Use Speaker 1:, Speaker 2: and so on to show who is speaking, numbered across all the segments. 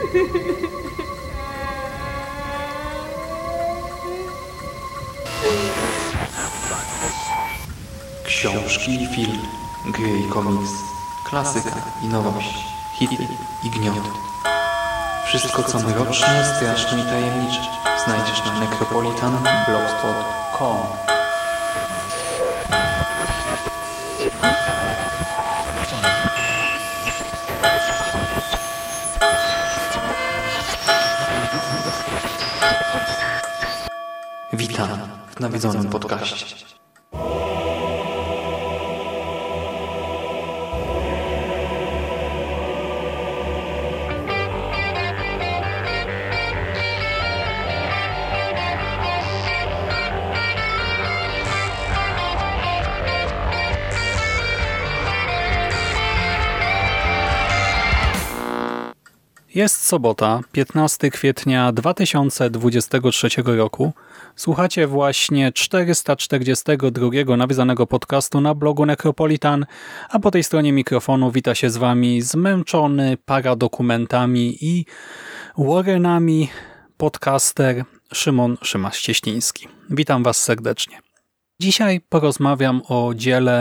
Speaker 1: Książki i film, gry i komiks, klasyka i nowość, hity i gniot. Wszystko co mroczne, straszne i tajemnicze znajdziesz na necropolitanblogspot.com. Witam w nawiedzonym podcaście.
Speaker 2: Jest sobota, 15 kwietnia 2023 roku. Słuchacie właśnie 442 nawiązanego podcastu na blogu Necropolitan, a po tej stronie mikrofonu wita się z wami zmęczony paradokumentami i Warrenami podcaster Szymon Szymaś-Cieśliński. Witam was serdecznie. Dzisiaj porozmawiam o dziele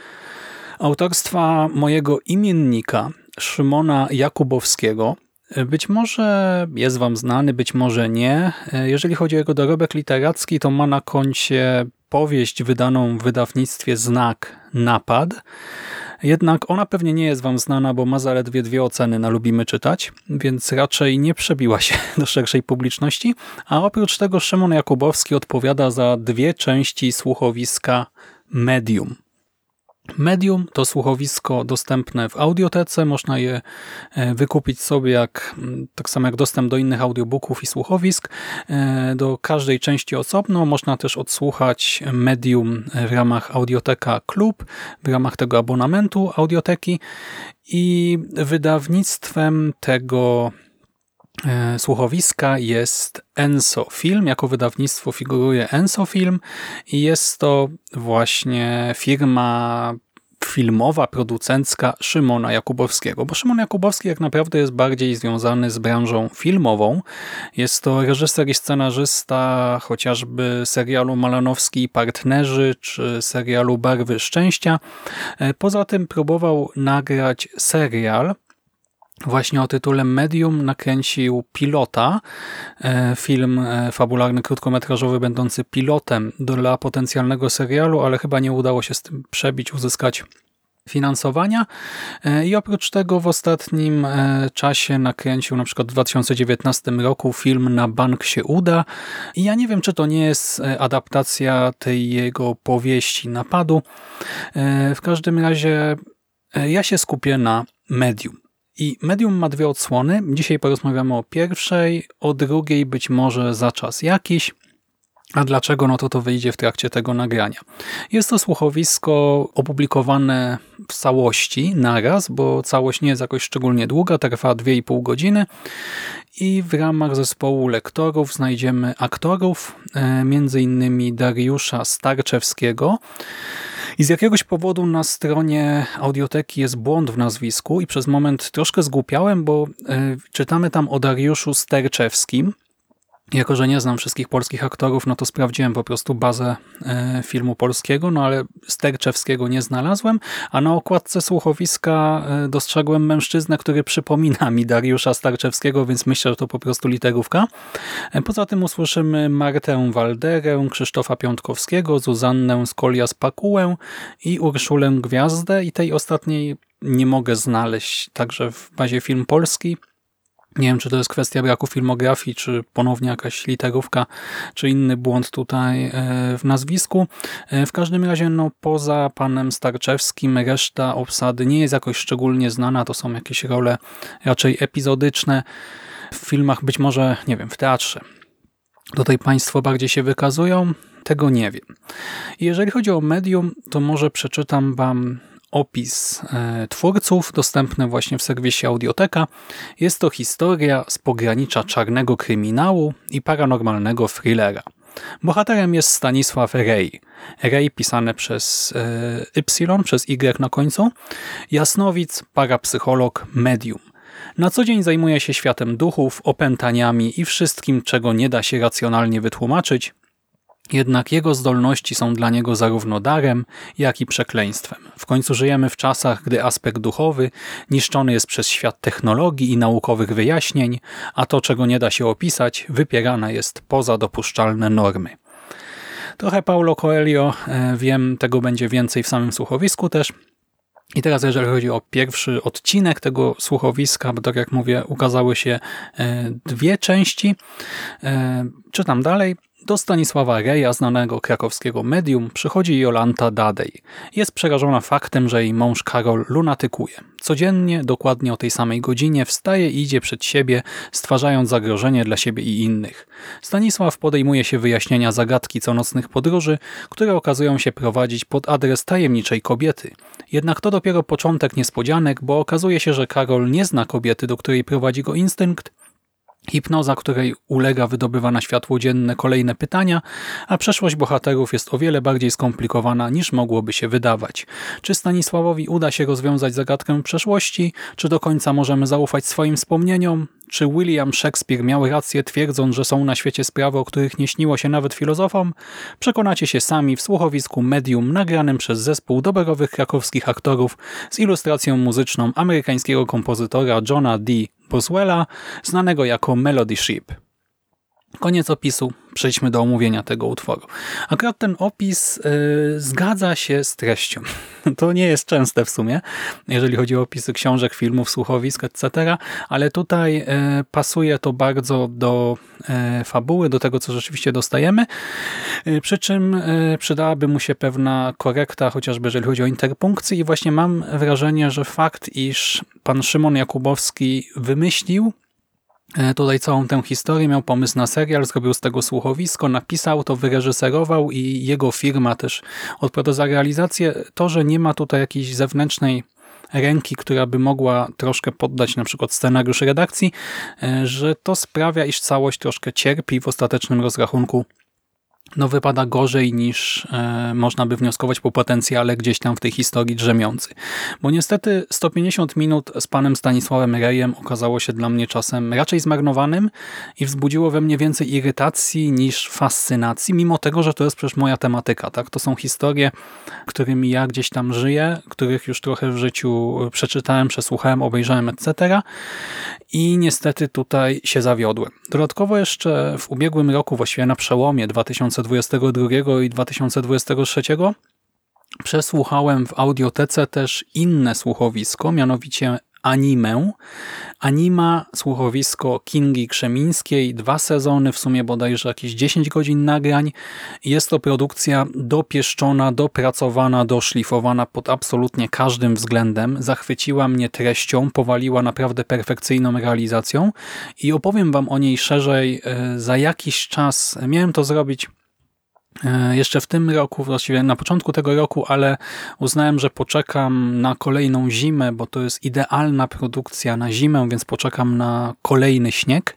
Speaker 2: autorstwa mojego imiennika Szymona Jakubowskiego. Być może jest wam znany, być może nie. Jeżeli chodzi o jego dorobek literacki, to ma na koncie powieść wydaną w wydawnictwie Znak Napad. Jednak ona pewnie nie jest wam znana, bo ma zaledwie 2 oceny na Lubimy Czytać, więc raczej nie przebiła się do szerszej publiczności. A oprócz tego Szymon Jakubowski odpowiada za 2 części słuchowiska Medium. Medium to słuchowisko dostępne w audiotece, można je wykupić sobie tak samo jak dostęp do innych audiobooków i słuchowisk, do każdej części osobno. Można też odsłuchać Medium w ramach Audioteka Klub, w ramach tego abonamentu audioteki i wydawnictwem tego słuchowiska jest Enso Film. Jako wydawnictwo figuruje Enso Film i jest to właśnie firma filmowa, producencka Szymona Jakubowskiego, bo Szymon Jakubowski jak naprawdę jest bardziej związany z branżą filmową. Jest to reżyser i scenarzysta chociażby serialu Malanowski i Partnerzy czy serialu Barwy Szczęścia. Poza tym próbował nagrać serial właśnie o tytule Medium, nakręcił Pilota, film fabularny, krótkometrażowy, będący pilotem dla potencjalnego serialu, ale chyba nie udało się z tym przebić, uzyskać finansowania. I oprócz tego w ostatnim czasie nakręcił na przykład w 2019 roku film Na bank się uda. I ja nie wiem, czy to nie jest adaptacja tej jego powieści Napadu. W każdym razie ja się skupię na Medium. I Medium ma 2 odsłony. Dzisiaj porozmawiamy o pierwszej, o drugiej być może za czas jakiś. A dlaczego? No to wyjdzie w trakcie tego nagrania. Jest to słuchowisko opublikowane w całości naraz, bo całość nie jest jakoś szczególnie długa, trwa 2,5 godziny i w ramach zespołu lektorów znajdziemy aktorów, między innymi Dariusza Starczewskiego. I z jakiegoś powodu na stronie audioteki jest błąd w nazwisku i przez moment troszkę zgłupiałem, bo czytamy tam o Dariuszu Sterczewskim. Jako że nie znam wszystkich polskich aktorów, no to sprawdziłem po prostu bazę filmu polskiego, no ale Sterczewskiego nie znalazłem, a na okładce słuchowiska dostrzegłem mężczyznę, który przypomina mi Dariusza Starczewskiego, więc myślę, że to po prostu literówka. Poza tym usłyszymy Martę Walderę, Krzysztofa Piątkowskiego, Zuzannę Skolias-Pakułę i Urszulę Gwiazdę i tej ostatniej nie mogę znaleźć także w bazie Film Polski. Nie wiem, czy to jest kwestia braku filmografii, czy ponownie jakaś literówka, czy inny błąd tutaj w nazwisku. W każdym razie, no poza panem Starczewskim, reszta obsady nie jest jakoś szczególnie znana. To są jakieś role raczej epizodyczne. W filmach być może, nie wiem, w teatrze. Tutaj państwo bardziej się wykazują. Tego nie wiem. Jeżeli chodzi o Medium, to może przeczytam wam opis twórców, dostępny właśnie w serwisie Audioteka. Jest to historia z pogranicza czarnego kryminału i paranormalnego thrillera. Bohaterem jest Stanisław Rej. Rej pisane przez Y, przez Y na końcu. Jasnowic, parapsycholog, medium. Na co dzień zajmuje się światem duchów, opętaniami i wszystkim, czego nie da się racjonalnie wytłumaczyć. Jednak jego zdolności są dla niego zarówno darem, jak i przekleństwem. W końcu żyjemy w czasach, gdy aspekt duchowy niszczony jest przez świat technologii i naukowych wyjaśnień, a to, czego nie da się opisać, wypierane jest poza dopuszczalne normy. Trochę Paulo Coelho, wiem, tego będzie więcej w samym słuchowisku też. I teraz jeżeli chodzi o pierwszy odcinek tego słuchowiska, bo tak jak mówię, ukazały się 2 części. Czytam dalej. Do Stanisława Reja, znanego krakowskiego medium, przychodzi Jolanta Dadej. Jest przerażona faktem, że jej mąż Karol lunatykuje. Codziennie, dokładnie o tej samej godzinie, wstaje i idzie przed siebie, stwarzając zagrożenie dla siebie i innych. Stanisław podejmuje się wyjaśnienia zagadki conocnych podróży, które okazują się prowadzić pod adres tajemniczej kobiety. Jednak to dopiero początek niespodzianek, bo okazuje się, że Karol nie zna kobiety, do której prowadzi go instynkt. Hipnoza, której ulega, wydobywa na światło dzienne kolejne pytania, a przeszłość bohaterów jest o wiele bardziej skomplikowana niż mogłoby się wydawać. Czy Stanisławowi uda się rozwiązać zagadkę przeszłości? Czy do końca możemy zaufać swoim wspomnieniom? Czy William Shakespeare miał rację, twierdząc, że są na świecie sprawy, o których nie śniło się nawet filozofom? Przekonacie się sami w słuchowisku Medium nagranym przez zespół doborowych krakowskich aktorów z ilustracją muzyczną amerykańskiego kompozytora Johna D. Boswella, znanego jako Melody Ship. Koniec opisu. Przejdźmy do omówienia tego utworu. Akurat ten opis zgadza się z treścią. To nie jest częste w sumie, jeżeli chodzi o opisy książek, filmów, słuchowisk, etc., ale tutaj pasuje to bardzo do fabuły, do tego, co rzeczywiście dostajemy. Przy czym przydałaby mu się pewna korekta, chociażby jeżeli chodzi o interpunkcję i właśnie mam wrażenie, że fakt, iż pan Szymon Jakubowski wymyślił tutaj całą tę historię, miał pomysł na serial, zrobił z tego słuchowisko, napisał to, wyreżyserował i jego firma też odpowiada za realizację. To, że nie ma tutaj jakiejś zewnętrznej ręki, która by mogła troszkę poddać na przykład scenariusz redakcji, że to sprawia, iż całość troszkę cierpi w ostatecznym rozrachunku. Wypada gorzej niż można by wnioskować po potencjale gdzieś tam w tej historii drzemiący. Bo niestety 150 minut z panem Stanisławem Rejem okazało się dla mnie czasem raczej zmarnowanym i wzbudziło we mnie więcej irytacji niż fascynacji, mimo tego, że to jest przecież moja tematyka. Tak? To są historie, którymi ja gdzieś tam żyję, których już trochę w życiu przeczytałem, przesłuchałem, obejrzałem, etc. I niestety tutaj się zawiodłem. Dodatkowo jeszcze w ubiegłym roku, właściwie na przełomie 2022 i 2023, przesłuchałem w audiotece też inne słuchowisko, mianowicie Animę. Anima, słuchowisko Kingi Krzemińskiej, 2 sezony, w sumie bodajże jakieś 10 godzin nagrań. Jest to produkcja dopieszczona, dopracowana, doszlifowana pod absolutnie każdym względem. Zachwyciła mnie treścią, powaliła naprawdę perfekcyjną realizacją i opowiem wam o niej szerzej za jakiś czas. Miałem to zrobić jeszcze w tym roku, właściwie na początku tego roku, ale uznałem, że poczekam na kolejną zimę, bo to jest idealna produkcja na zimę, więc poczekam na kolejny śnieg.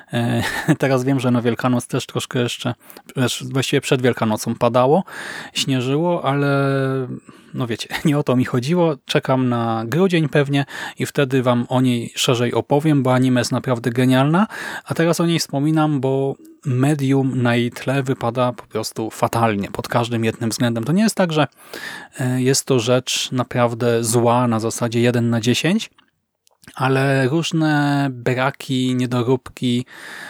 Speaker 2: Teraz wiem, że na Wielkanoc też troszkę jeszcze, właściwie przed Wielkanocą padało, śnieżyło, ale no wiecie, nie o to mi chodziło. Czekam na grudzień pewnie i wtedy wam o niej szerzej opowiem, bo anime jest naprawdę genialna, a teraz o niej wspominam, bo Medium na jej tle wypada po prostu fatalnie pod każdym jednym względem. To nie jest tak, że jest to rzecz naprawdę zła na zasadzie 1 na 10, ale różne braki, niedoróbki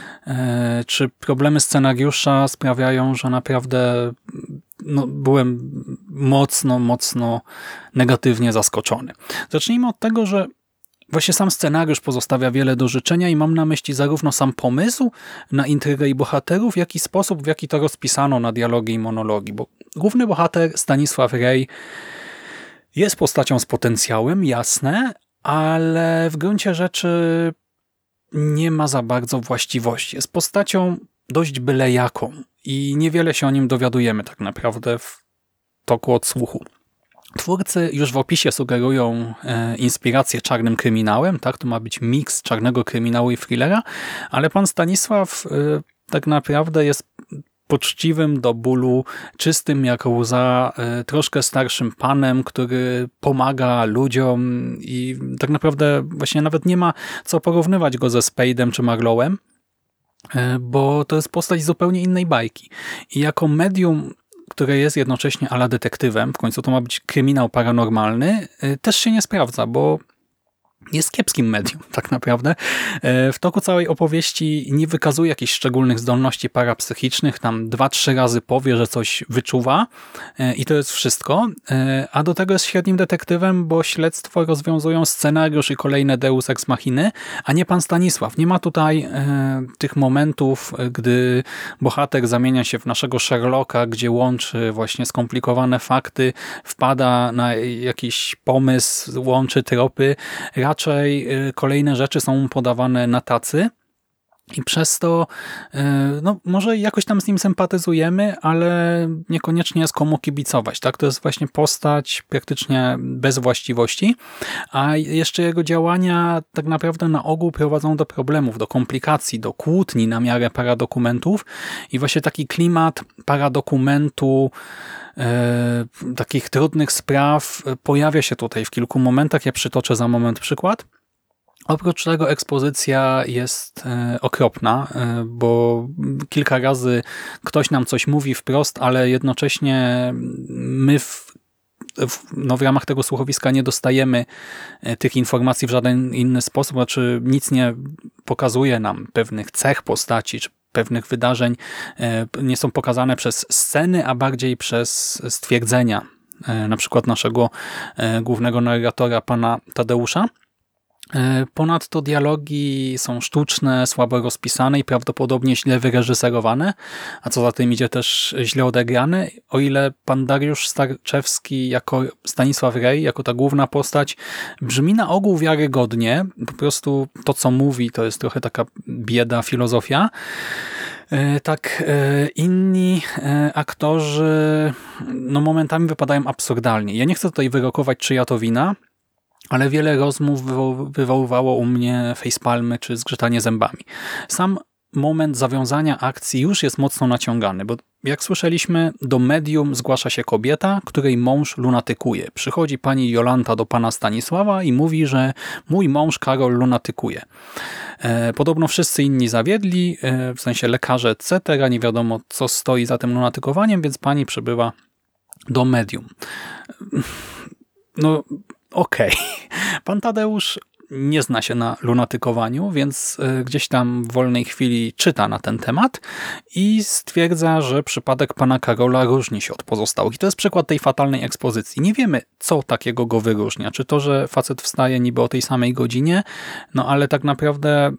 Speaker 2: czy problemy scenariusza sprawiają, że naprawdę byłem mocno negatywnie zaskoczony. Zacznijmy od tego, że właśnie sam scenariusz pozostawia wiele do życzenia i mam na myśli zarówno sam pomysł na intrygę i bohaterów, jak i sposób, w jaki to rozpisano na dialogi i monologi, bo główny bohater Stanisław Rej jest postacią z potencjałem, jasne, ale w gruncie rzeczy nie ma za bardzo właściwości. Jest postacią dość byle jaką i niewiele się o nim dowiadujemy tak naprawdę w toku odsłuchu. Twórcy już w opisie sugerują inspirację czarnym kryminałem, tak? To ma być miks czarnego kryminału i thrillera, ale pan Stanisław tak naprawdę jest poczciwym do bólu, czystym jak łza, troszkę starszym panem, który pomaga ludziom i tak naprawdę właśnie nawet nie ma co porównywać go ze Spade'em czy Marlowem, bo to jest postać zupełnie innej bajki. I jako medium, które jest jednocześnie a la detektywem, w końcu to ma być kryminał paranormalny, też się nie sprawdza, bo jest kiepskim medium tak naprawdę. W toku całej opowieści nie wykazuje jakichś szczególnych zdolności parapsychicznych, tam 2-3 razy powie, że coś wyczuwa i to jest wszystko, a do tego jest średnim detektywem, bo śledztwo rozwiązują scenariusz i kolejne deus ex machiny, a nie pan Stanisław. Nie ma tutaj tych momentów, gdy bohater zamienia się w naszego Sherlocka, gdzie łączy właśnie skomplikowane fakty, wpada na jakiś pomysł, łączy tropy. Raczej kolejne rzeczy są podawane na tacy i przez to no, może jakoś tam z nim sympatyzujemy, ale niekoniecznie jest komu kibicować. Tak? To jest właśnie postać praktycznie bez właściwości, a jeszcze jego działania tak naprawdę na ogół prowadzą do problemów, do komplikacji, do kłótni na miarę paradokumentów i właśnie taki klimat paradokumentu, takich trudnych spraw pojawia się tutaj w kilku momentach. Ja przytoczę za moment przykład. Oprócz tego ekspozycja jest okropna, bo kilka razy ktoś nam coś mówi wprost, ale jednocześnie my w ramach tego słuchowiska nie dostajemy tych informacji w żaden inny sposób, znaczy nic nie pokazuje nam pewnych cech postaci, czy pewnych wydarzeń nie są pokazane przez sceny, a bardziej przez stwierdzenia, na przykład naszego głównego narratora, pana Tadeusza. Ponadto dialogi są sztuczne, słabo rozpisane i prawdopodobnie źle wyreżyserowane, a co za tym idzie też źle odegrane. O ile pan Dariusz Starczewski jako Stanisław Rej, jako ta główna postać, brzmi na ogół wiarygodnie, po prostu to, co mówi, to jest trochę taka bieda filozofia, tak inni aktorzy no momentami wypadają absurdalnie. Ja nie chcę tutaj wyrokować, czyja to wina, ale wiele rozmów wywoływało u mnie facepalmy czy zgrzytanie zębami. Sam moment zawiązania akcji już jest mocno naciągany, bo jak słyszeliśmy, do medium zgłasza się kobieta, której mąż lunatykuje. Przychodzi pani Jolanta do pana Stanisława i mówi, że mój mąż Karol lunatykuje. Podobno wszyscy inni zawiedli, w sensie lekarze etc., nie wiadomo co stoi za tym lunatykowaniem, więc pani przybywa do medium. No okej. Pan Tadeusz nie zna się na lunatykowaniu, więc gdzieś tam w wolnej chwili czyta na ten temat i stwierdza, że przypadek pana Karola różni się od pozostałych. I to jest przykład tej fatalnej ekspozycji. Nie wiemy, co takiego go wyróżnia. Czy to, że facet wstaje niby o tej samej godzinie, no ale tak naprawdę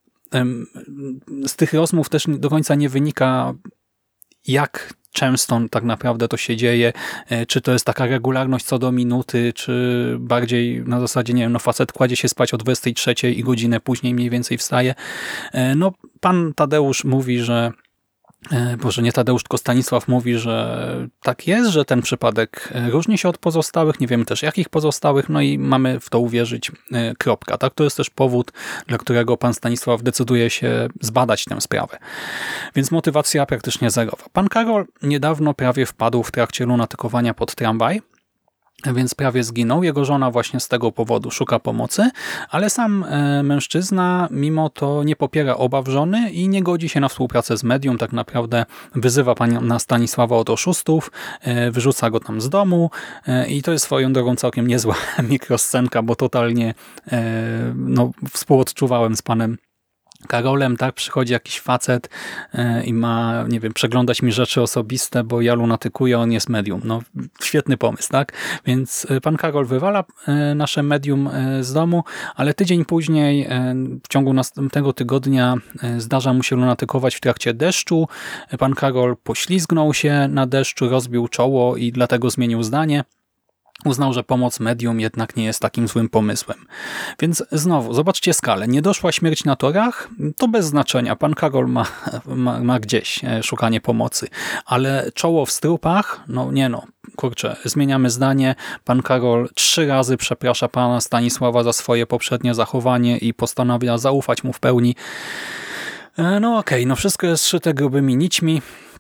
Speaker 2: z tych rozmów też do końca nie wynika, jak często tak naprawdę to się dzieje, czy to jest taka regularność co do minuty, czy bardziej na zasadzie, nie wiem, no facet kładzie się spać o 23 i godzinę później mniej więcej wstaje. No pan Tadeusz mówi, że Boże, nie Tadeusz, tylko Stanisław mówi, że tak jest, że ten przypadek różni się od pozostałych, nie wiemy też jakich pozostałych, no i mamy w to uwierzyć, kropka. Tak? To jest też powód, dla którego pan Stanisław decyduje się zbadać tę sprawę. Więc motywacja praktycznie zerowa. Pan Karol niedawno prawie wpadł w trakcie lunatykowania pod tramwaj, więc prawie zginął. Jego żona właśnie z tego powodu szuka pomocy, ale sam mężczyzna mimo to nie popiera obaw żony i nie godzi się na współpracę z medium. Tak naprawdę wyzywa pana Stanisława od oszustów, wyrzuca go tam z domu i to jest swoją drogą całkiem niezła mikroscenka, bo totalnie współodczuwałem z panem Karolem, tak, przychodzi jakiś facet i ma, nie wiem, przeglądać mi rzeczy osobiste, bo ja lunatykuję, on jest medium. No, świetny pomysł, tak? Więc pan Karol wywala nasze medium z domu, ale tydzień później, w ciągu następnego tygodnia zdarza mu się lunatykować w trakcie deszczu. Pan Karol poślizgnął się na deszczu, rozbił czoło i dlatego zmienił zdanie. Uznał, że pomoc medium jednak nie jest takim złym pomysłem. Więc znowu, zobaczcie skalę. Niedoszła śmierć na torach, to bez znaczenia. Pan Karol ma gdzieś szukanie pomocy. Ale czoło w strupach, kurczę, zmieniamy zdanie. Pan Karol 3 razy przeprasza pana Stanisława za swoje poprzednie zachowanie i postanawia zaufać mu w pełni. Wszystko jest szyte grubymi nićmi.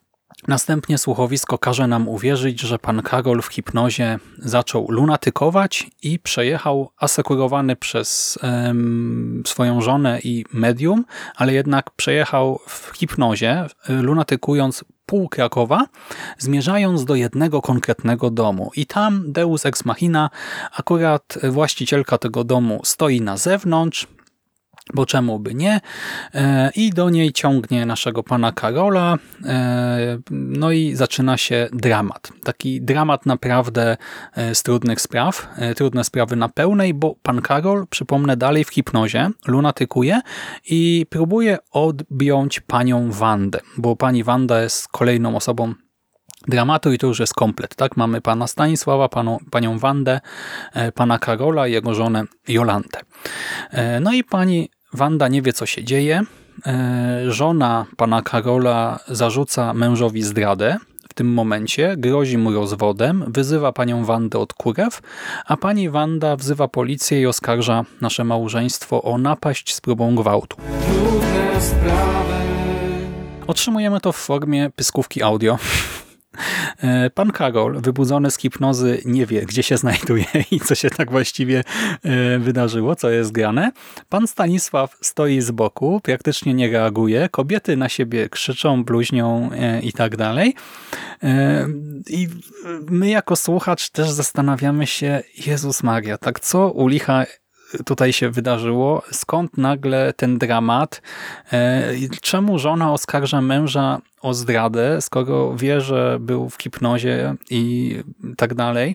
Speaker 2: Następnie słuchowisko każe nam uwierzyć, że pan Karol w hipnozie zaczął lunatykować i przejechał asekurowany przez swoją żonę i medium, ale jednak przejechał w hipnozie, lunatykując pół Krakowa, zmierzając do jednego konkretnego domu. I tam Deus Ex Machina, akurat właścicielka tego domu stoi na zewnątrz, bo czemu by nie? I do niej ciągnie naszego pana Karola, no i zaczyna się dramat. Taki dramat naprawdę z trudnych spraw, trudne sprawy na pełnej, bo pan Karol, przypomnę, dalej w hipnozie, lunatykuje i próbuje odbiąć panią Wandę, bo pani Wanda jest kolejną osobą dramatu i to już jest komplet, tak? Mamy pana Stanisława, panią Wandę, pana Karola i jego żonę Jolantę. No i pani Wanda nie wie, co się dzieje. Żona pana Karola zarzuca mężowi zdradę w tym momencie, grozi mu rozwodem, wyzywa panią Wandę od kurew, a pani Wanda wzywa policję i oskarża nasze małżeństwo o napaść z próbą gwałtu. Otrzymujemy to w formie pyskówki audio. Pan Karol, wybudzony z hipnozy, nie wie, gdzie się znajduje i co się tak właściwie wydarzyło, co jest grane. Pan Stanisław stoi z boku, praktycznie nie reaguje. Kobiety na siebie krzyczą, bluźnią i tak dalej. I my jako słuchacz też zastanawiamy się, Jezus Maria, tak co u licha tutaj się wydarzyło? Skąd nagle ten dramat? Czemu żona oskarża męża o zdradę, skoro wie, że był w hipnozie i tak dalej?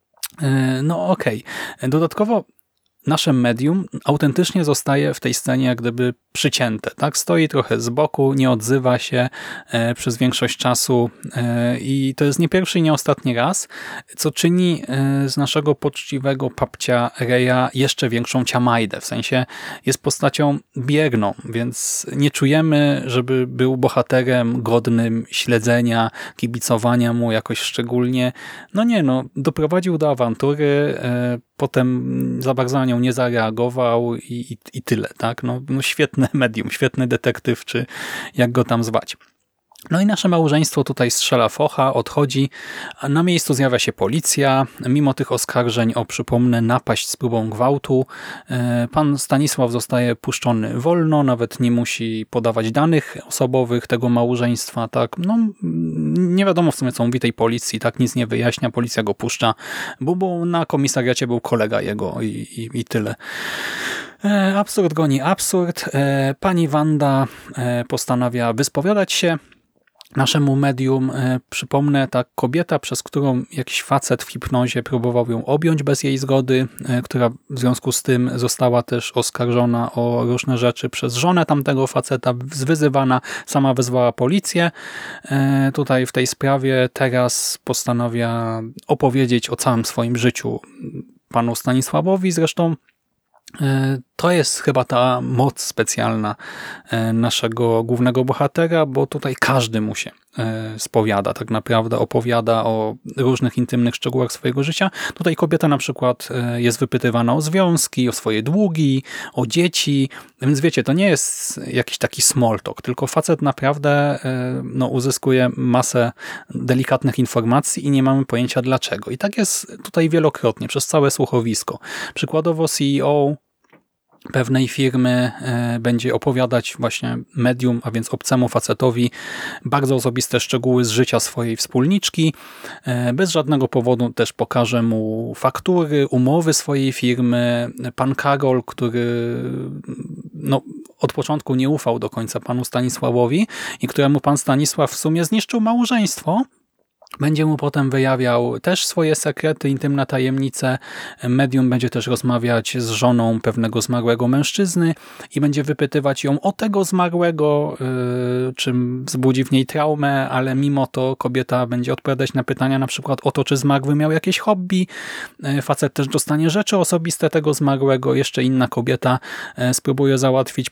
Speaker 2: No okej. Dodatkowo nasze medium autentycznie zostaje w tej scenie jak gdyby przycięte. Tak? Stoi trochę z boku, nie odzywa się przez większość czasu i to jest nie pierwszy i nie ostatni raz, co czyni z naszego poczciwego papcia Reja jeszcze większą ciamajdę. W sensie jest postacią bierną, więc nie czujemy, żeby był bohaterem godnym śledzenia, kibicowania mu jakoś szczególnie. No nie, doprowadził do awantury, potem za bardzo na nią nie zareagował i tyle. Tak? No świetne medium, świetny detektyw, czy jak go tam zwać. No i nasze małżeństwo tutaj strzela focha, odchodzi, a na miejscu zjawia się policja. Mimo tych oskarżeń o, przypomnę, napaść z próbą gwałtu, pan Stanisław zostaje puszczony wolno, nawet nie musi podawać danych osobowych tego małżeństwa. Tak? Nie wiadomo w sumie, co mówi tej policji, tak nic nie wyjaśnia, policja go puszcza, bo na komisariacie był kolega jego i tyle. Absurd goni absurd. Pani Wanda postanawia wyspowiadać się naszemu medium. Przypomnę, ta kobieta, przez którą jakiś facet w hipnozie próbował ją objąć bez jej zgody, która w związku z tym została też oskarżona o różne rzeczy przez żonę tamtego faceta, zwyzywana, sama wezwała policję. Tutaj w tej sprawie teraz postanawia opowiedzieć o całym swoim życiu panu Stanisławowi. Zresztą to jest chyba ta moc specjalna naszego głównego bohatera, bo tutaj każdy mu się spowiada, tak naprawdę opowiada o różnych intymnych szczegółach swojego życia. Tutaj kobieta na przykład jest wypytywana o związki, o swoje długi, o dzieci, więc wiecie, to nie jest jakiś taki small talk, tylko facet naprawdę uzyskuje masę delikatnych informacji i nie mamy pojęcia dlaczego. I tak jest tutaj wielokrotnie, przez całe słuchowisko. Przykładowo CEO pewnej firmy będzie opowiadać właśnie medium, a więc obcemu facetowi, bardzo osobiste szczegóły z życia swojej wspólniczki. Bez żadnego powodu też pokaże mu faktury, umowy swojej firmy. Pan Karol, który od początku nie ufał do końca panu Stanisławowi i któremu pan Stanisław w sumie zniszczył małżeństwo, będzie mu potem wyjawiał też swoje sekrety, intymne tajemnice. Medium będzie też rozmawiać z żoną pewnego zmarłego mężczyzny i będzie wypytywać ją o tego zmarłego, czym wzbudzi w niej traumę, ale mimo to kobieta będzie odpowiadać na pytania na przykład o to, czy zmarły miał jakieś hobby. Facet też dostanie rzeczy osobiste tego zmarłego. Jeszcze inna kobieta spróbuje załatwić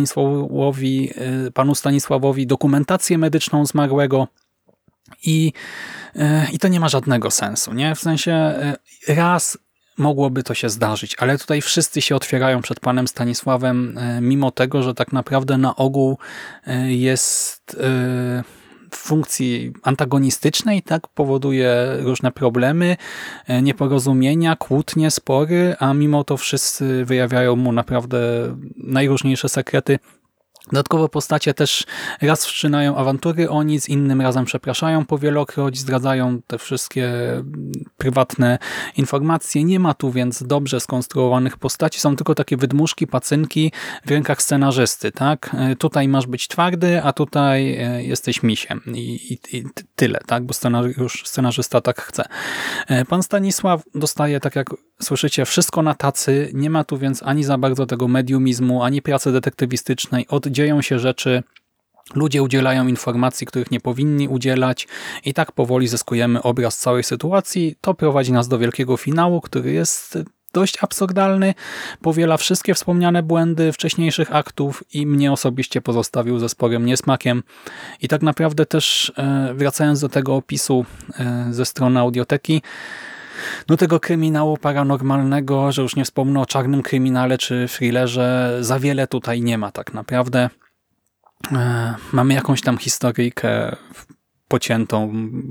Speaker 2: panu Stanisławowi dokumentację medyczną zmarłego. I to nie ma żadnego sensu, nie? W sensie raz mogłoby to się zdarzyć, ale tutaj wszyscy się otwierają przed panem Stanisławem, mimo tego, że tak naprawdę na ogół jest funkcji antagonistycznej, tak, powoduje różne problemy, nieporozumienia, kłótnie, spory, a mimo to wszyscy wyjawiają mu naprawdę najróżniejsze sekrety. Dodatkowo postacie też raz wszczynają awantury o nic, innym razem przepraszają powielokroć, zdradzają te wszystkie prywatne informacje. Nie ma tu więc dobrze skonstruowanych postaci, są tylko takie wydmuszki, pacynki w rękach scenarzysty. Tak? Tutaj masz być twardy, a tutaj jesteś misiem i tyle, tak? Bo scenarzysta tak chce. Pan Stanisław dostaje, tak jak słyszycie, wszystko na tacy, nie ma tu więc ani za bardzo tego mediumizmu, ani pracy detektywistycznej, dzieją się rzeczy, ludzie udzielają informacji, których nie powinni udzielać i tak powoli zyskujemy obraz całej sytuacji. To prowadzi nas do wielkiego finału, który jest dość absurdalny, powiela wszystkie wspomniane błędy wcześniejszych aktów i mnie osobiście pozostawił ze sporym niesmakiem. I tak naprawdę też wracając do tego opisu ze strony Audioteki, do tego kryminału paranormalnego, że już nie wspomnę o czarnym kryminale czy thrillerze, za wiele tutaj nie ma tak naprawdę. Mamy jakąś tam historyjkę pociętą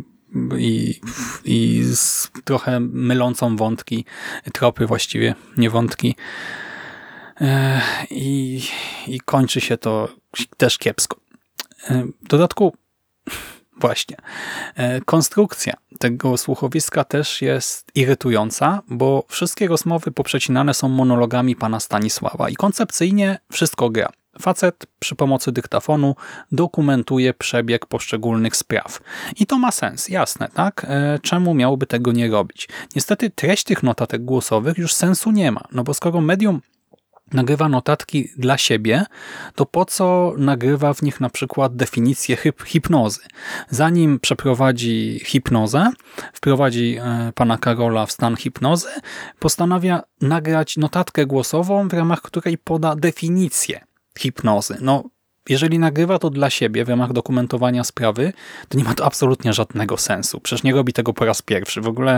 Speaker 2: i z trochę mylącą wątki, tropy właściwie, nie wątki. I kończy się to też kiepsko. W dodatku właśnie. Konstrukcja tego słuchowiska też jest irytująca, bo wszystkie rozmowy poprzecinane są monologami pana Stanisława i koncepcyjnie wszystko gra. Facet przy pomocy dyktafonu dokumentuje przebieg poszczególnych spraw. I to ma sens, jasne, tak? Czemu miałby tego nie robić? Niestety treść tych notatek głosowych już sensu nie ma, no bo skoro medium nagrywa notatki dla siebie, to po co nagrywa w nich na przykład definicję hipnozy? Zanim przeprowadzi hipnozę, wprowadzi pana Karola w stan hipnozy, postanawia nagrać notatkę głosową, w ramach której poda definicję hipnozy. No, jeżeli nagrywa to dla siebie w ramach dokumentowania sprawy, to nie ma to absolutnie żadnego sensu. Przecież nie robi tego po raz pierwszy. W ogóle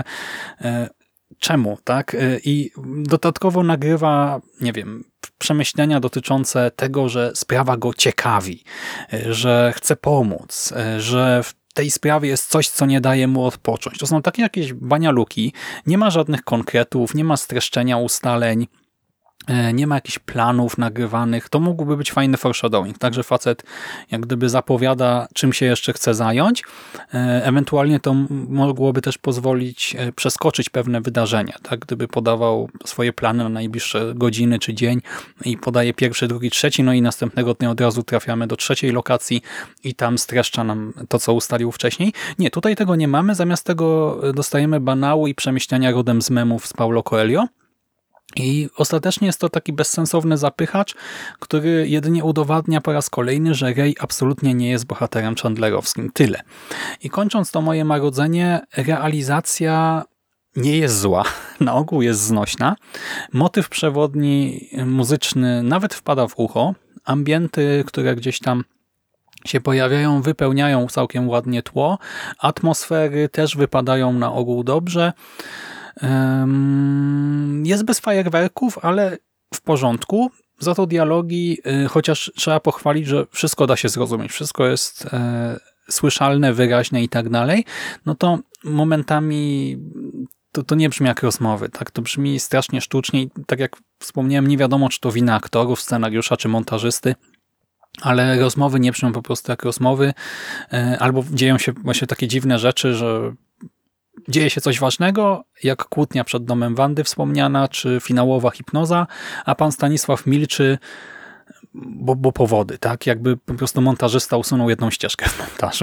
Speaker 2: czemu, tak? I dodatkowo nagrywa, nie wiem, przemyślenia dotyczące tego, że sprawa go ciekawi, że chce pomóc, że w tej sprawie jest coś, co nie daje mu odpocząć. To są takie jakieś banialuki, nie ma żadnych konkretów, nie ma streszczenia ustaleń, nie ma jakichś planów nagrywanych. To mógłby być fajny foreshadowing. Także facet jak gdyby zapowiada, czym się jeszcze chce zająć. Ewentualnie to mogłoby też pozwolić przeskoczyć pewne wydarzenia. Tak? Gdyby podawał swoje plany na najbliższe godziny czy dzień i podaje pierwszy, drugi, trzeci, no i następnego dnia od razu trafiamy do trzeciej lokacji i tam streszcza nam to, co ustalił wcześniej. Nie, tutaj tego nie mamy. Zamiast tego dostajemy banału i przemyślenia rodem z memów z Paulo Coelho. I ostatecznie jest to taki bezsensowny zapychacz, który jedynie udowadnia po raz kolejny, że Ray absolutnie nie jest bohaterem chandlerowskim. Tyle. I kończąc to moje marudzenie, realizacja nie jest zła, na ogół jest znośna. Motyw przewodni muzyczny nawet wpada w ucho. Ambienty, które gdzieś tam się pojawiają, wypełniają całkiem ładnie tło. Atmosfery też wypadają na ogół dobrze. Jest bez fajerwerków, ale w porządku. Za to dialogi, chociaż trzeba pochwalić, że wszystko da się zrozumieć, wszystko jest słyszalne, wyraźne i tak dalej, no to momentami to nie brzmi jak rozmowy, tak? To brzmi strasznie sztucznie i tak jak wspomniałem, nie wiadomo, czy to wina aktorów, scenariusza, czy montażysty, ale rozmowy nie brzmią po prostu jak rozmowy, albo dzieją się właśnie takie dziwne rzeczy, że dzieje się coś ważnego, jak kłótnia przed domem Wandy wspomniana, czy finałowa hipnoza, a pan Stanisław milczy, bo powody, tak? Jakby po prostu montażysta usunął jedną ścieżkę w montażu.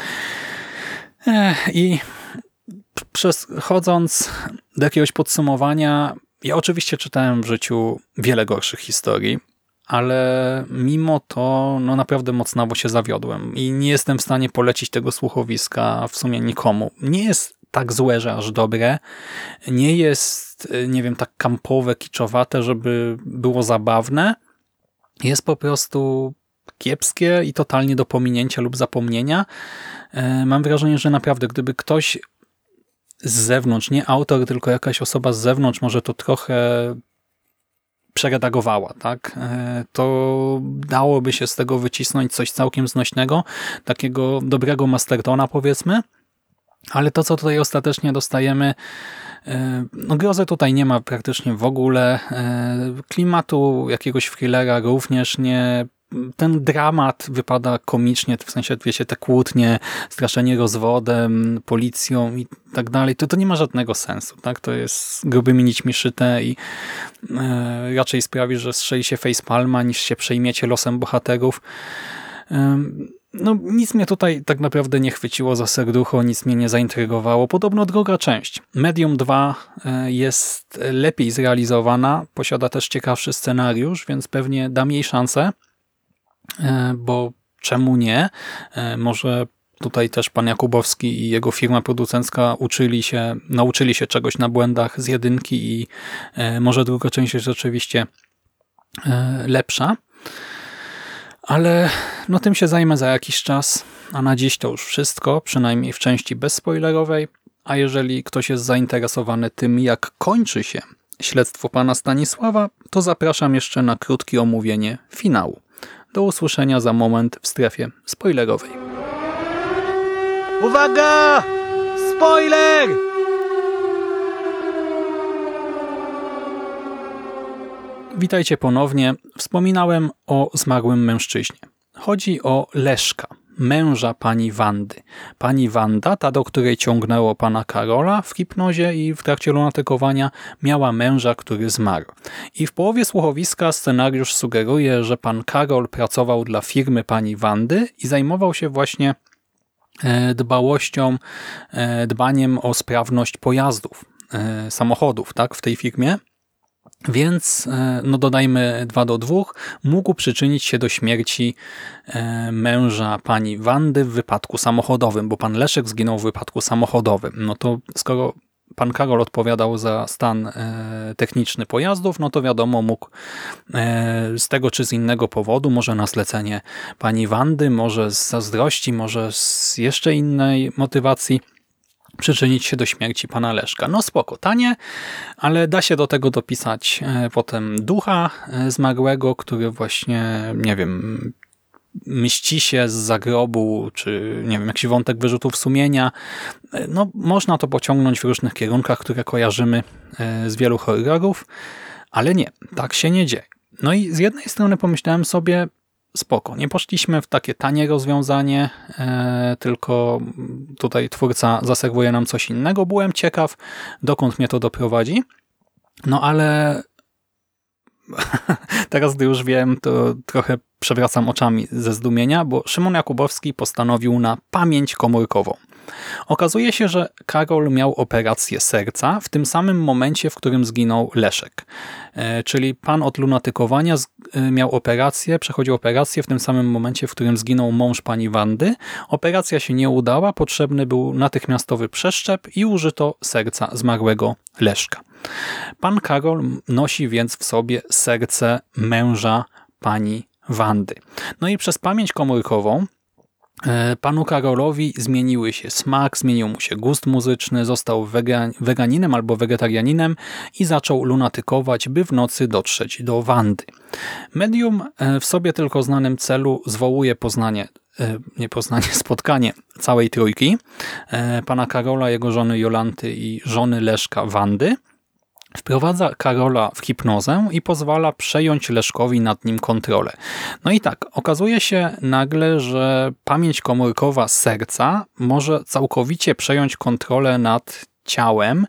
Speaker 2: I przechodząc do jakiegoś podsumowania, ja oczywiście czytałem w życiu wiele gorszych historii, ale mimo to no naprawdę mocno się zawiodłem i nie jestem w stanie polecić tego słuchowiska w sumie nikomu. Nie jest tak złe, że aż dobre. Nie jest, nie wiem, tak kampowe, kiczowate, żeby było zabawne. Jest po prostu kiepskie i totalnie do pominięcia lub zapomnienia. Mam wrażenie, że naprawdę gdyby ktoś z zewnątrz, nie autor, tylko jakaś osoba z zewnątrz może to trochę przeredagowała, tak? To dałoby się z tego wycisnąć coś całkiem znośnego, takiego dobrego Mastertona, powiedzmy, ale to, co tutaj ostatecznie dostajemy, no grozy tutaj nie ma praktycznie w ogóle, klimatu jakiegoś thrillera również nie. Ten dramat wypada komicznie, w sensie, wiecie, te kłótnie, straszenie rozwodem, policją i tak dalej, to nie ma żadnego sensu, tak? To jest grubymi nićmi szyte i raczej sprawi, że strzeli się facepalma, niż się przejmiecie losem bohaterów. No nic mnie tutaj tak naprawdę nie chwyciło za serducho, nic mnie nie zaintrygowało. Podobno druga część, Medium 2, jest lepiej zrealizowana, posiada też ciekawszy scenariusz, więc pewnie dam jej szansę, bo czemu nie? Może tutaj też pan Jakubowski i jego firma producencka nauczyli się czegoś na błędach z jedynki i może druga część jest rzeczywiście lepsza. Ale no tym się zajmę za jakiś czas, a na dziś to już wszystko, przynajmniej w części bezspoilerowej, a jeżeli ktoś jest zainteresowany tym, jak kończy się śledztwo pana Stanisława, to zapraszam jeszcze na krótkie omówienie finału. Do usłyszenia za moment w strefie spoilerowej.
Speaker 3: Uwaga! Spoiler!
Speaker 2: Witajcie ponownie. Wspominałem o zmarłym mężczyźnie. Chodzi o Leszka, męża pani Wandy. Pani Wanda, ta, do której ciągnęło pana Karola w hipnozie i w trakcie lunatykowania, miała męża, który zmarł. I w połowie słuchowiska scenariusz sugeruje, że pan Karol pracował dla firmy pani Wandy i zajmował się właśnie dbaniem o sprawność pojazdów, samochodów, tak, w tej firmie. Więc, no dodajmy 2 do 2, mógł przyczynić się do śmierci męża pani Wandy w wypadku samochodowym, bo pan Leszek zginął w wypadku samochodowym. No to skoro pan Karol odpowiadał za stan techniczny pojazdów, no to wiadomo, mógł z tego czy z innego powodu, może na zlecenie pani Wandy, może z zazdrości, może z jeszcze innej motywacji, przyczynić się do śmierci pana Leszka. No spoko, tanie, ale da się do tego dopisać potem ducha zmarłego, który właśnie, nie wiem, mści się z zagrobu, czy nie wiem, jakiś wątek wyrzutów sumienia. No można to pociągnąć w różnych kierunkach, które kojarzymy z wielu horrorów, ale nie, tak się nie dzieje. No i z jednej strony pomyślałem sobie, spoko, nie poszliśmy w takie tanie rozwiązanie, tylko tutaj twórca zaserwuje nam coś innego. Byłem ciekaw, dokąd mnie to doprowadzi. No ale teraz, gdy już wiem, to trochę przewracam oczami ze zdumienia, bo Szymon Jakubowski postanowił na pamięć komórkową. Okazuje się, że Karol miał operację serca w tym samym momencie, w którym zginął Leszek. Czyli pan od lunatykowania miał operację, przechodził operację w tym samym momencie, w którym zginął mąż pani Wandy. Operacja się nie udała, potrzebny był natychmiastowy przeszczep i użyto serca zmarłego Leszka. Pan Karol nosi więc w sobie serce męża pani Wandy. No i przez pamięć komórkową panu Karolowi zmieniły się smak, zmienił mu się gust muzyczny, został weganinem albo wegetarianinem i zaczął lunatykować, by w nocy dotrzeć do Wandy. Medium w sobie tylko znanym celu zwołuje spotkanie całej trójki, pana Karola, jego żony Jolanty i żony Leszka Wandy. Wprowadza Karola w hipnozę i pozwala przejąć Leszkowi nad nim kontrolę. No i tak, okazuje się nagle, że pamięć komórkowa serca może całkowicie przejąć kontrolę nad ciałem.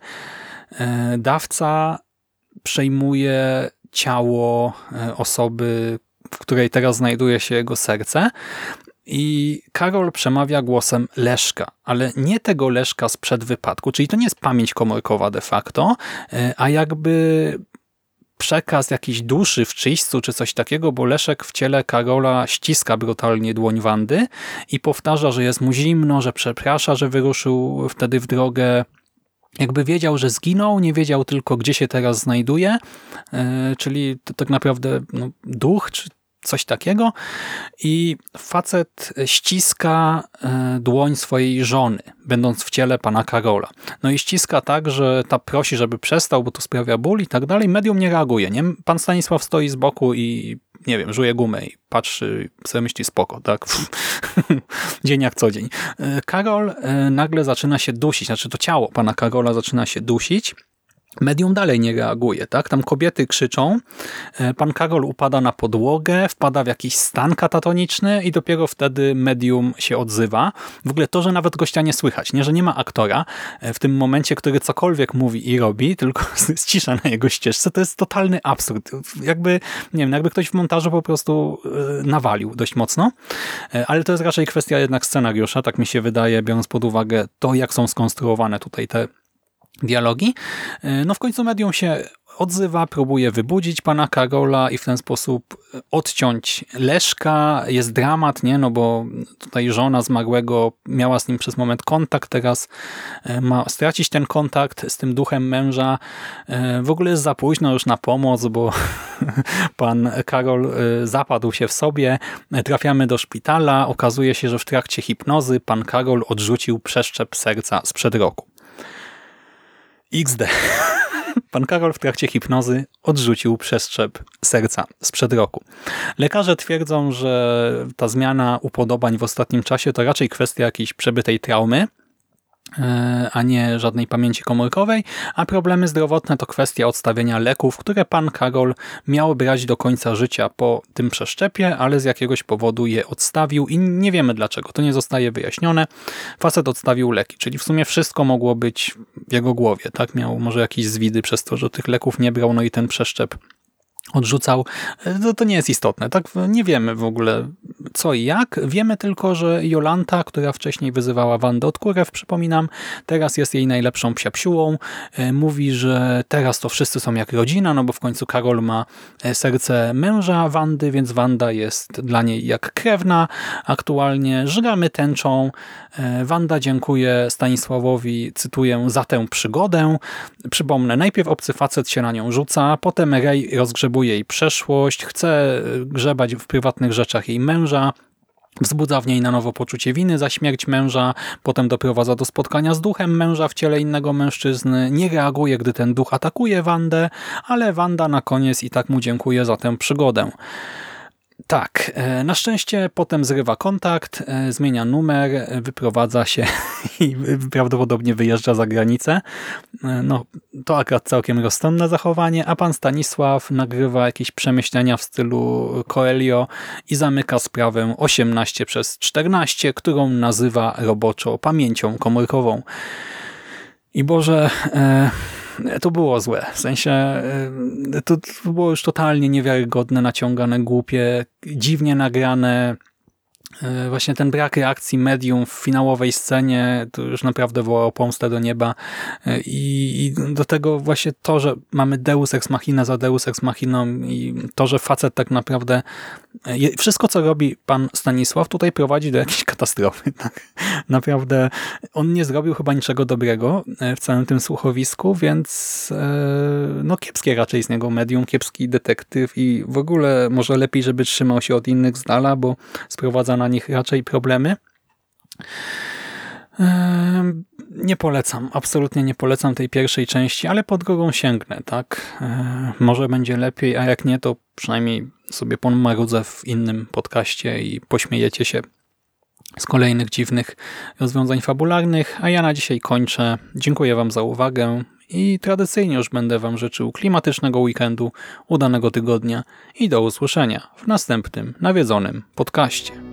Speaker 2: Dawca przejmuje ciało osoby, w której teraz znajduje się jego serce, i Karol przemawia głosem Leszka, ale nie tego Leszka sprzed wypadku, czyli to nie jest pamięć komórkowa de facto, a jakby przekaz jakiejś duszy w czyśćcu czy coś takiego, bo Leszek w ciele Karola ściska brutalnie dłoń Wandy i powtarza, że jest mu zimno, że przeprasza, że wyruszył wtedy w drogę. Jakby wiedział, że zginął, nie wiedział tylko, gdzie się teraz znajduje, czyli to tak naprawdę duch, czy coś takiego i facet ściska dłoń swojej żony, będąc w ciele pana Karola. No i ściska tak, że ta prosi, żeby przestał, bo to sprawia ból i tak dalej. Medium nie reaguje. Nie? Pan Stanisław stoi z boku i nie wiem, żuje gumę i patrzy, sobie myśli spoko, tak? Dzień jak co dzień. Karol nagle zaczyna się dusić, znaczy to ciało pana Karola zaczyna się dusić. Medium dalej nie reaguje, tak? Tam kobiety krzyczą, pan Karol upada na podłogę, wpada w jakiś stan katatoniczny i dopiero wtedy medium się odzywa. W ogóle to, że nawet gościa nie słychać, nie, że nie ma aktora w tym momencie, który cokolwiek mówi i robi, tylko jest cisza na jego ścieżce, to jest totalny absurd. Jakby, nie wiem, jakby ktoś w montażu po prostu nawalił dość mocno, ale to jest raczej kwestia jednak scenariusza, tak mi się wydaje, biorąc pod uwagę to, jak są skonstruowane tutaj te dialogi. No w końcu medium się odzywa, próbuje wybudzić pana Karola i w ten sposób odciąć Leszka. Jest dramat, nie? No bo tutaj żona zmarłego miała z nim przez moment kontakt, teraz ma stracić ten kontakt z tym duchem męża. W ogóle jest za późno już na pomoc, bo pan Karol zapadł się w sobie. Trafiamy do szpitala. Okazuje się, że w trakcie hipnozy pan Karol odrzucił przeszczep serca sprzed roku. XD. Pan Karol w trakcie hipnozy odrzucił przeszczep serca sprzed roku. Lekarze twierdzą, że ta zmiana upodobań w ostatnim czasie to raczej kwestia jakiejś przebytej traumy, a nie żadnej pamięci komórkowej, a problemy zdrowotne to kwestia odstawienia leków, które pan Karol miał brać do końca życia po tym przeszczepie, ale z jakiegoś powodu je odstawił i nie wiemy dlaczego. To nie zostaje wyjaśnione. Facet odstawił leki, czyli w sumie wszystko mogło być w jego głowie. Tak, miał może jakieś zwidy przez to, że tych leków nie brał, no i ten przeszczep odrzucał. To nie jest istotne. Tak, nie wiemy w ogóle co i jak. Wiemy tylko, że Jolanta, która wcześniej wyzywała Wandę od Kurew, przypominam, teraz jest jej najlepszą psiapsiułą. Mówi, że teraz to wszyscy są jak rodzina, no bo w końcu Karol ma serce męża Wandy, więc Wanda jest dla niej jak krewna. Aktualnie żramy tęczą. Wanda dziękuję Stanisławowi, cytuję, za tę przygodę. Przypomnę, najpierw obcy facet się na nią rzuca, potem Rej rozgrzebuje jej przeszłość, chce grzebać w prywatnych rzeczach jej męża, wzbudza w niej na nowo poczucie winy za śmierć męża, potem doprowadza do spotkania z duchem męża w ciele innego mężczyzny, nie reaguje, gdy ten duch atakuje Wandę, ale Wanda na koniec i tak mu dziękuję za tę przygodę. Tak, na szczęście potem zrywa kontakt, zmienia numer, wyprowadza się i prawdopodobnie wyjeżdża za granicę. No, to akurat całkiem rozsądne zachowanie, a pan Stanisław nagrywa jakieś przemyślenia w stylu Coelho i zamyka sprawę 18/14, którą nazywa roboczo pamięcią komórkową. I Boże, to było złe. W sensie to było już totalnie niewiarygodne, naciągane, głupie, dziwnie nagrane. Właśnie ten brak reakcji medium w finałowej scenie to już naprawdę woła o pomstę do nieba i do tego właśnie to, że mamy Deus Ex Machina za Deus Ex Machiną i to, że facet tak naprawdę wszystko co robi pan Stanisław tutaj prowadzi do jakiejś katastrofy. Tak? Naprawdę on nie zrobił chyba niczego dobrego w całym tym słuchowisku, więc no kiepskie raczej z niego medium, kiepski detektyw i w ogóle może lepiej, żeby trzymał się od innych z dala, bo sprowadza na nich raczej problemy. Nie polecam, absolutnie nie polecam tej pierwszej części, ale po drugą sięgnę, tak? Może będzie lepiej, a jak nie, to przynajmniej sobie pomarudzę w innym podcaście i pośmiejecie się z kolejnych dziwnych rozwiązań fabularnych, a ja na dzisiaj kończę. Dziękuję wam za uwagę i tradycyjnie już będę wam życzył klimatycznego weekendu, udanego tygodnia i do usłyszenia w następnym nawiedzonym podcaście.